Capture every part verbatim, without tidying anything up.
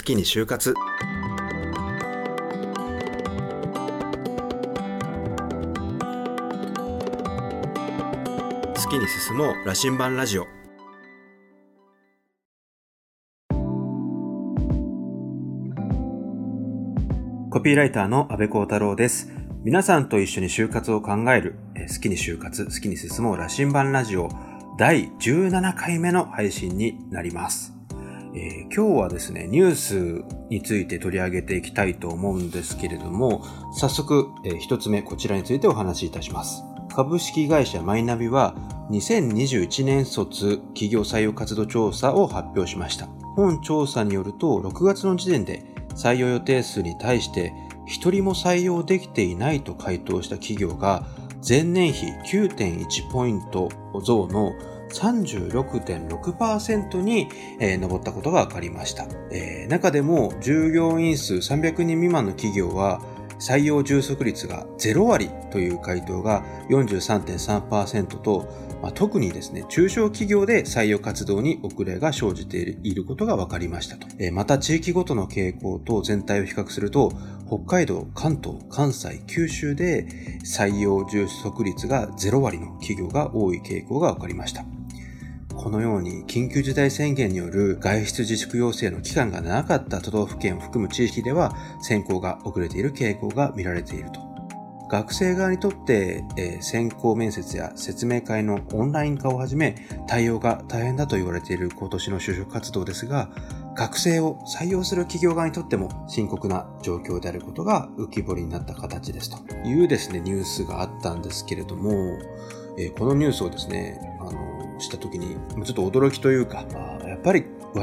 きに就活。好きに進もう羅針盤ラジオ。コピーライターの安部光太郎です。皆さんと一緒に就活を考える好きに就活、好きに進もう羅針盤ラジオだいじゅうななかいめの配信になります。えー、今日はですね、ニュースについて取り上げていきたいと思うんですけれども、早速、えー、一つ目こちらについてお話しいたします。株式会社マイナビはにせんにじゅういちねん卒企業採用活動調査を発表しました。本調査によるとろくがつの時点で採用予定数に対して一人も採用できていないと回答した企業が前年比 きゅうてんいち ポイント増の さんじゅうろくてんろくパーセント に、えー、上ったことが分かりました。えー、中でも従業員数さんびゃくにん未満の企業は採用充足率がゼロわりという回答が よんじゅうさんてんさんパーセント と、まあ、特にですね、中小企業で採用活動に遅れが生じていることが分かりましたと。えー、また地域ごとの傾向と全体を比較すると、北海道、関東、関西、九州で採用充足率がゼロわりの企業が多い傾向が分かりました。このように緊急事態宣言による外出自粛要請の期間が長かった都道府県を含む地域では選考が遅れている傾向が見られていると。学生側にとって、えー、選考面接や説明会のオンライン化をはじめ対応が大変だと言われている今年の就職活動ですが、学生を採用する企業側にとっても深刻な状況であることが浮き彫りになった形ですというですね、ニュースがあったんですけれども、えー、このニュースをですね、あのした時にちょっと驚きというか、やっぱり我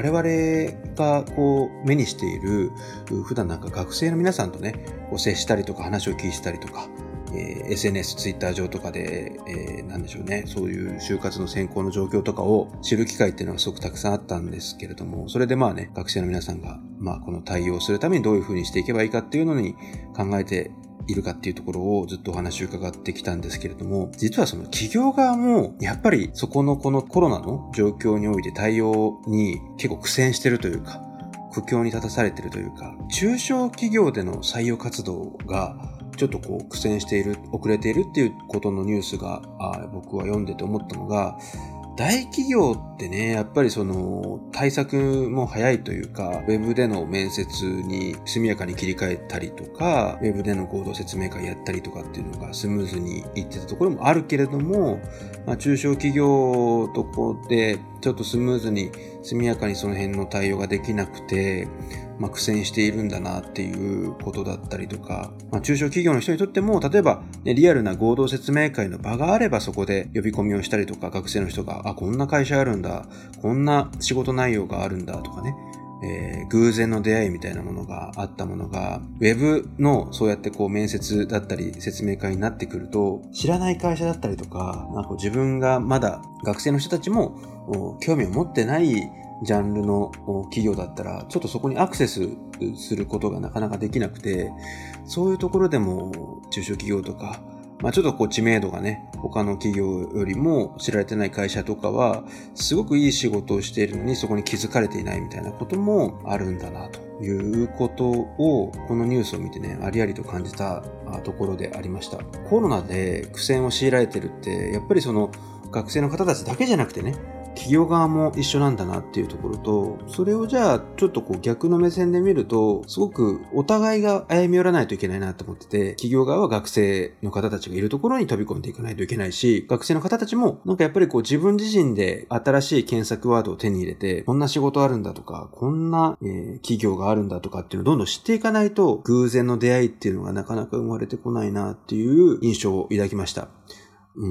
々がこう目にしている普段なんか学生の皆さんとねこう接したりとか話を聞いたりとか、えー、エスエヌエス、ツイッター 上とかで、えー、なんでしょうね、そういう就活の選考の状況とかを知る機会っていうのがすごくたくさんあったんですけれども、それでまあね、学生の皆さんがまあこの対応するためにどういうふうにしていけばいいかっていうのに考えているかっていうところをずっとお話を伺ってきたんですけれども、実はその企業側もやっぱりそこのこのコロナの状況において対応に結構苦戦してるというか、苦境に立たされてるというか、中小企業での採用活動がちょっとこう苦戦している、遅れているっていうことのニュースがあ僕は読んでて思ったのが、大企業ってね、やっぱりその対策も早いというか、ウェブでの面接に速やかに切り替えたりとか、ウェブでの合同説明会やったりとかっていうのがスムーズにいってたところもあるけれども、まあ、中小企業とこでちょっとスムーズに速やかにその辺の対応ができなくて、まあ、苦戦しているんだなっていうことだったりとか、まあ、中小企業の人にとっても、例えば、ね、リアルな合同説明会の場があればそこで呼び込みをしたりとか、学生の人が、あ、こんな会社あるんだ、こんな仕事内容があるんだとかね、えー、偶然の出会いみたいなものがあったものが、ウェブのそうやってこう面接だったり説明会になってくると、知らない会社だったりとか、なんか自分がまだ学生の人たちも興味を持ってないジャンルの企業だったら、ちょっとそこにアクセスすることがなかなかできなくて、そういうところでも中小企業とか、まあちょっとこう知名度がね、他の企業よりも知られてない会社とかは、すごくいい仕事をしているのにそこに気づかれていないみたいなこともあるんだなということを、このニュースを見てね、ありありと感じたところでありました。コロナで苦戦を強いられてるって、やっぱりその学生の方たちだけじゃなくてね、企業側も一緒なんだなっていうところと、それをじゃあちょっとこう逆の目線で見ると、すごくお互いが歩み寄らないといけないなと思ってて、企業側は学生の方たちがいるところに飛び込んでいかないといけないし、学生の方たちもなんかやっぱりこう自分自身で新しい検索ワードを手に入れて、こんな仕事あるんだとか、こんな、えー、企業があるんだとかっていうのをどんどん知っていかないと、偶然の出会いっていうのがなかなか生まれてこないなっていう印象を抱きました。うん、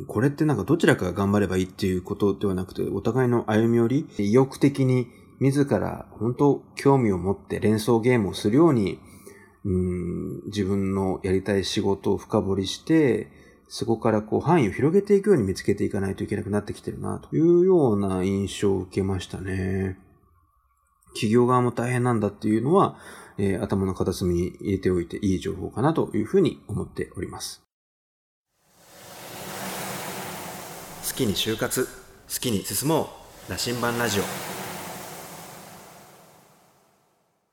これってなんかどちらかが頑張ればいいっていうことではなくて、お互いの歩み寄り、意欲的に自ら本当興味を持って連想ゲームをするように、うん、自分のやりたい仕事を深掘りして、そこからこう範囲を広げていくように見つけていかないといけなくなってきてるなというような印象を受けましたね。企業側も大変なんだっていうのは、えー、頭の片隅に入れておいていい情報かなというふうに思っております。好きに就活、好きに進もう羅針盤ラジオ。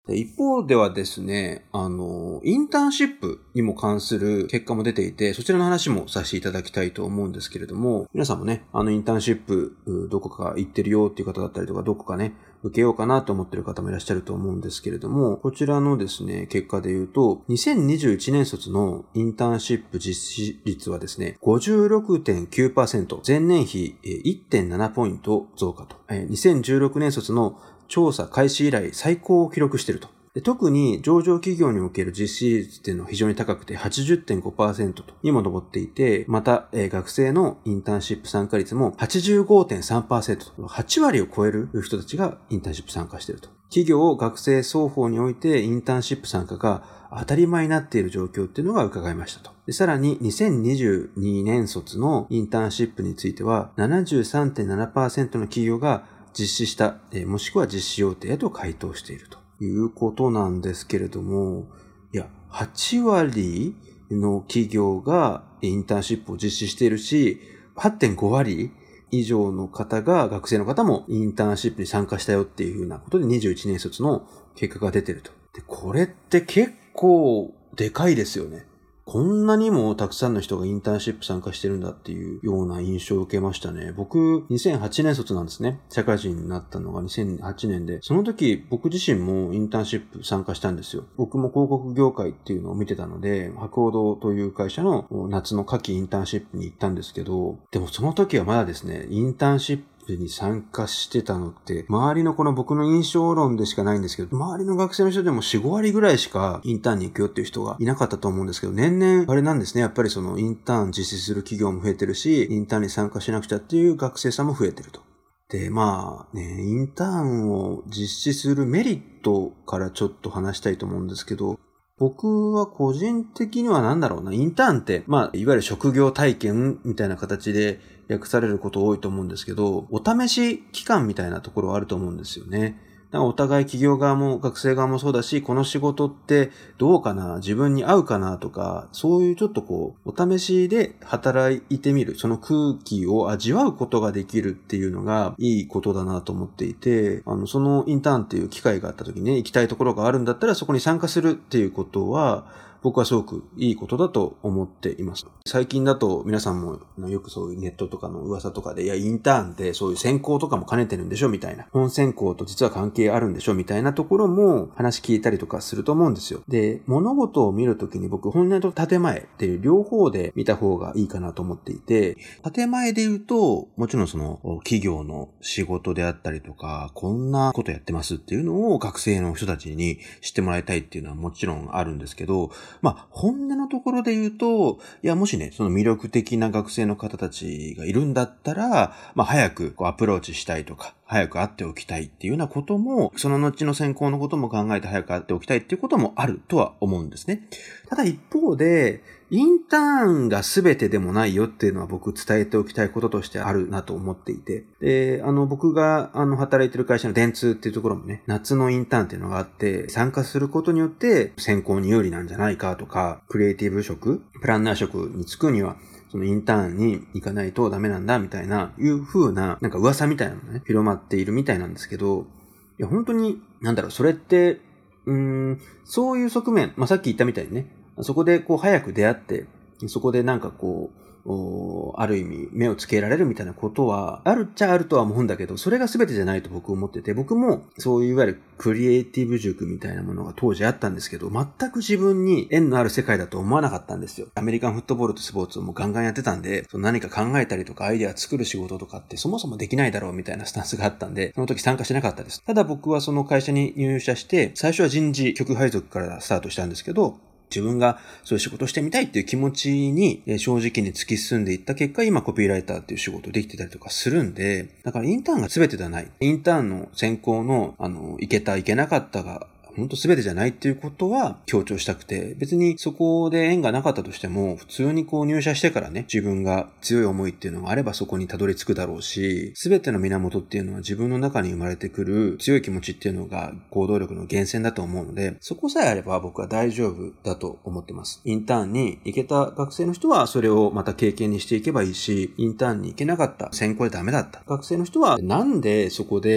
で、一方ではですね、あの、インターンシップにも関する結果も出ていて、そちらの話もさせていただきたいと思うんですけれども、皆さんもね、あのインターンシップ、どこか行ってるよっていう方だったりとか、どこかね、受けようかなと思ってる方もいらっしゃると思うんですけれども、こちらのですね、結果で言うと、にせんにじゅういちねん卒のインターンシップ実施率はですね、ごじゅうろくてんきゅうパーセント、前年比 いってんなな ポイント増加と、にせんじゅうろくねん卒の調査開始以来最高を記録していると。で、特に上場企業における実施率っていうのは非常に高くて はちじゅってんごパーセント にも上っていて、また、えー、学生のインターンシップ参加率も はちじゅうごてんさんパーセント、はち割を超える人たちがインターンシップ参加していると。企業、学生双方においてインターンシップ参加が当たり前になっている状況っていうのが伺いましたと。で、さらににせんにじゅうにねん卒のインターンシップについては ななじゅうさんてんななパーセント の企業が実施した、えー、もしくは実施予定へと回答しているということなんですけれども、いや、はち割の企業がインターンシップを実施しているし、はってんご割以上の方が、学生の方もインターンシップに参加したよっていうふうなことでにじゅういちねん卒の結果が出てると。で、これって結構でかいですよね。こんなにもたくさんの人がインターンシップ参加してるんだっていうような印象を受けましたね。僕、にせんはちねん卒なんですね。社会人になったのがにせんはちねんで、その時僕自身もインターンシップ参加したんですよ。僕も広告業界っていうのを見てたので、博報堂という会社の夏の夏季インターンシップに行ったんですけど、でもその時はまだですね、インターンシップに参加してたのって、周りのこの僕の印象論でしかないんですけど、周りの学生の人でもよん、ご割ぐらいしかインターンに行くよっていう人がいなかったと思うんですけど、年々あれなんですね、やっぱりそのインターン実施する企業も増えてるし、インターンに参加しなくちゃっていう学生さんも増えてると。で、まあね、インターンを実施するメリットからちょっと話したいと思うんですけど、僕は個人的にはなんだろうな、インターンって、まあ、いわゆる職業体験みたいな形で訳されること多いと思うんですけど、お試し期間みたいなところはあると思うんですよね。だからお互い企業側も学生側もそうだし、この仕事ってどうかな、自分に合うかなとか、そういうちょっとこう、お試しで働いてみる、その空気を味わうことができるっていうのがいいことだなと思っていて、あの、そのインターンっていう機会があった時にね、行きたいところがあるんだったらそこに参加するっていうことは、僕はすごくいいことだと思っています。最近だと皆さんもよくそういうネットとかの噂とかで、いや、インターンってそういう選考とかも兼ねてるんでしょみたいな。本選考と実は関係あるんでしょみたいなところも話聞いたりとかすると思うんですよ。で、物事を見るときに僕、本音と建前っていう両方で見た方がいいかなと思っていて、建前で言うと、もちろんその企業の仕事であったりとか、こんなことやってますっていうのを学生の人たちに知ってもらいたいっていうのはもちろんあるんですけど、まあ、本音のところで言うと、いや、もしね、その魅力的な学生の方たちがいるんだったら、まあ、早くこうアプローチしたいとか、早く会っておきたいっていうようなことも、その後の選考のことも考えて早く会っておきたいっていうこともあるとは思うんですね。ただ一方で、インターンが全てでもないよっていうのは僕伝えておきたいこととしてあるなと思っていて。で、あの僕があの働いてる会社の電通っていうところもね、夏のインターンっていうのがあって、参加することによって選考に有利なんじゃないかとか、クリエイティブ職、プランナー職に就くには、そのインターンに行かないとダメなんだみたいな、いう風な、なんか噂みたいなのがね、広まっているみたいなんですけど、いや本当に、なんだろう、それって、うーん、そういう側面、まあ、さっき言ったみたいにね、そこでこう早く出会って、そこでなんかこう、ある意味目をつけられるみたいなことはあるっちゃあるとは思うんだけど、それが全てじゃないと僕思ってて、僕もそういういわゆるクリエイティブ塾みたいなものが当時あったんですけど、全く自分に縁のある世界だと思わなかったんですよ。アメリカンフットボールとスポーツをもうガンガンやってたんで、何か考えたりとかアイデア作る仕事とかってそもそもできないだろうみたいなスタンスがあったんで、その時参加しなかったです。ただ僕はその会社に入社して、最初は人事局配属からスタートしたんですけど、自分がそういう仕事をしてみたいっていう気持ちに正直に突き進んでいった結果、今コピーライターっていう仕事できてたりとかするんで、だからインターンが全てではない。インターンの選考の、あの、いけた、いけなかったが、本当全てじゃないっていうことは強調したくて、別にそこで縁がなかったとしても、普通にこう入社してからね、自分が強い思いっていうのがあればそこにたどり着くだろうし、全ての源っていうのは自分の中に生まれてくる強い気持ちっていうのが行動力の源泉だと思うので、そこさえあれば僕は大丈夫だと思ってます。インターンに行けた学生の人はそれをまた経験にしていけばいいし、インターンに行けなかった、選考でダメだった学生の人はなんでそこで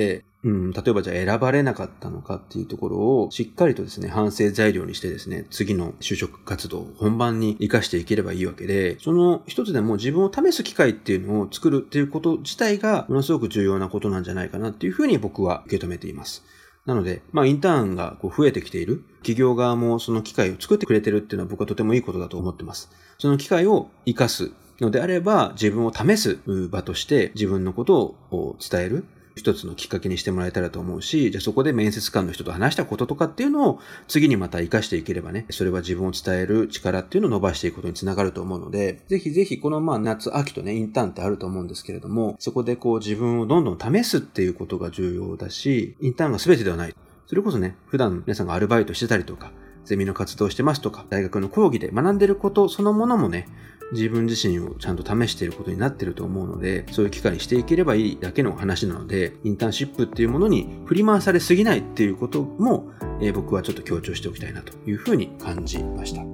うん、例えばじゃあ選ばれなかったのかっていうところをしっかりとですね、反省材料にしてですね、次の就職活動、本番に活かしていければいいわけで、その一つでも自分を試す機会っていうのを作るっていうこと自体がものすごく重要なことなんじゃないかなっていうふうに僕は受け止めています。なので、まあ、インターンがこう増えてきている。企業側もその機会を作ってくれてるっていうのは僕はとてもいいことだと思ってます。その機会を活かすのであれば、自分を試す場として自分のことを伝える一つのきっかけにしてもらえたらと思うし、じゃあそこで面接官の人と話したこととかっていうのを次にまた活かしていければね、それは自分を伝える力っていうのを伸ばしていくことにつながると思うので、ぜひぜひこのまあ夏、秋とね、インターンってあると思うんですけれども、そこでこう自分をどんどん試すっていうことが重要だし、インターンが全てではない。それこそね、普段皆さんがアルバイトしてたりとか、ゼミの活動してますとか、大学の講義で学んでることそのものもね、自分自身をちゃんと試していることになっていると思うので、そういう機会にしていければいいだけの話なので、インターンシップっていうものに振り回されすぎないっていうことも、えー、僕はちょっと強調しておきたいなというふうに感じました。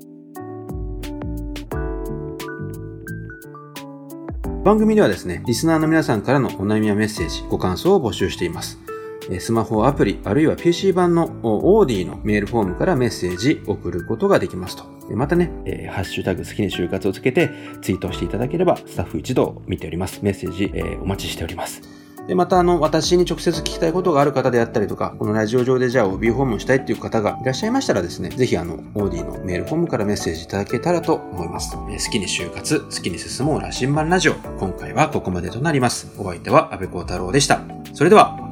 番組ではですね、リスナーの皆さんからのお悩みやメッセージ、ご感想を募集しています。スマホアプリあるいは ピーシー 版のオーディのメールフォームからメッセージ送ることができますと。またね、えー、ハッシュタグ好きに就活をつけてツイートしていただければスタッフ一同見ております。メッセージ、えー、お待ちしております。で、またあの、私に直接聞きたいことがある方であったりとか、このラジオ上でじゃあ オービー 訪問したいっていう方がいらっしゃいましたらですね、ぜひあの、オーディのメールフォームからメッセージいただけたらと思います。えー、好きに就活、好きに進もう羅針盤ラジオ。今回はここまでとなります。お相手は安部光太郎でした。それでは、